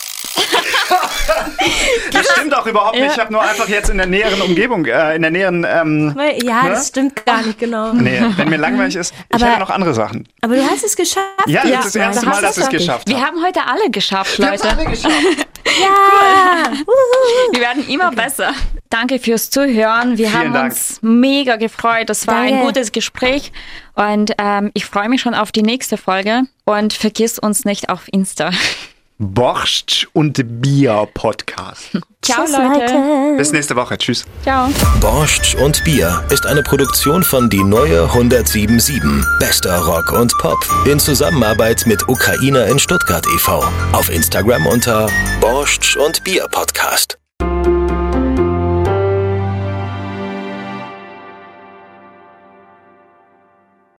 Das stimmt auch überhaupt nicht. Ich habe nur einfach jetzt in der näheren Umgebung, äh, in der näheren, ähm, Weil- Ja, Ne? das stimmt gar nicht genau. nee, wenn mir langweilig ist, ich Aber- hätte noch andere Sachen. Aber du hast es geschafft. Ja, das Ja, ist das erste du Mal, hast dass ich es es geschafft Wir habe. haben heute alle geschafft, Wir haben's Leute. alle geschafft. Ja! Uhuhu. Wir werden immer besser. Danke fürs Zuhören. Wir Vielen haben Dank. uns mega gefreut. Das war ein Danke. gutes Gespräch. Und ähm, ich freue mich schon auf die nächste Folge. Und vergiss uns nicht auf Insta. Borscht und Bier Podcast. Ciao, Tschüss, Leute. Bis nächste Woche. Tschüss. Ciao. Borscht und Bier ist eine Produktion von Die Neue hundertsiebenundsiebzig. Bester Rock und Pop. In Zusammenarbeit mit Ukrainer in Stuttgart e V. Auf Instagram unter Borscht und Bier Podcast.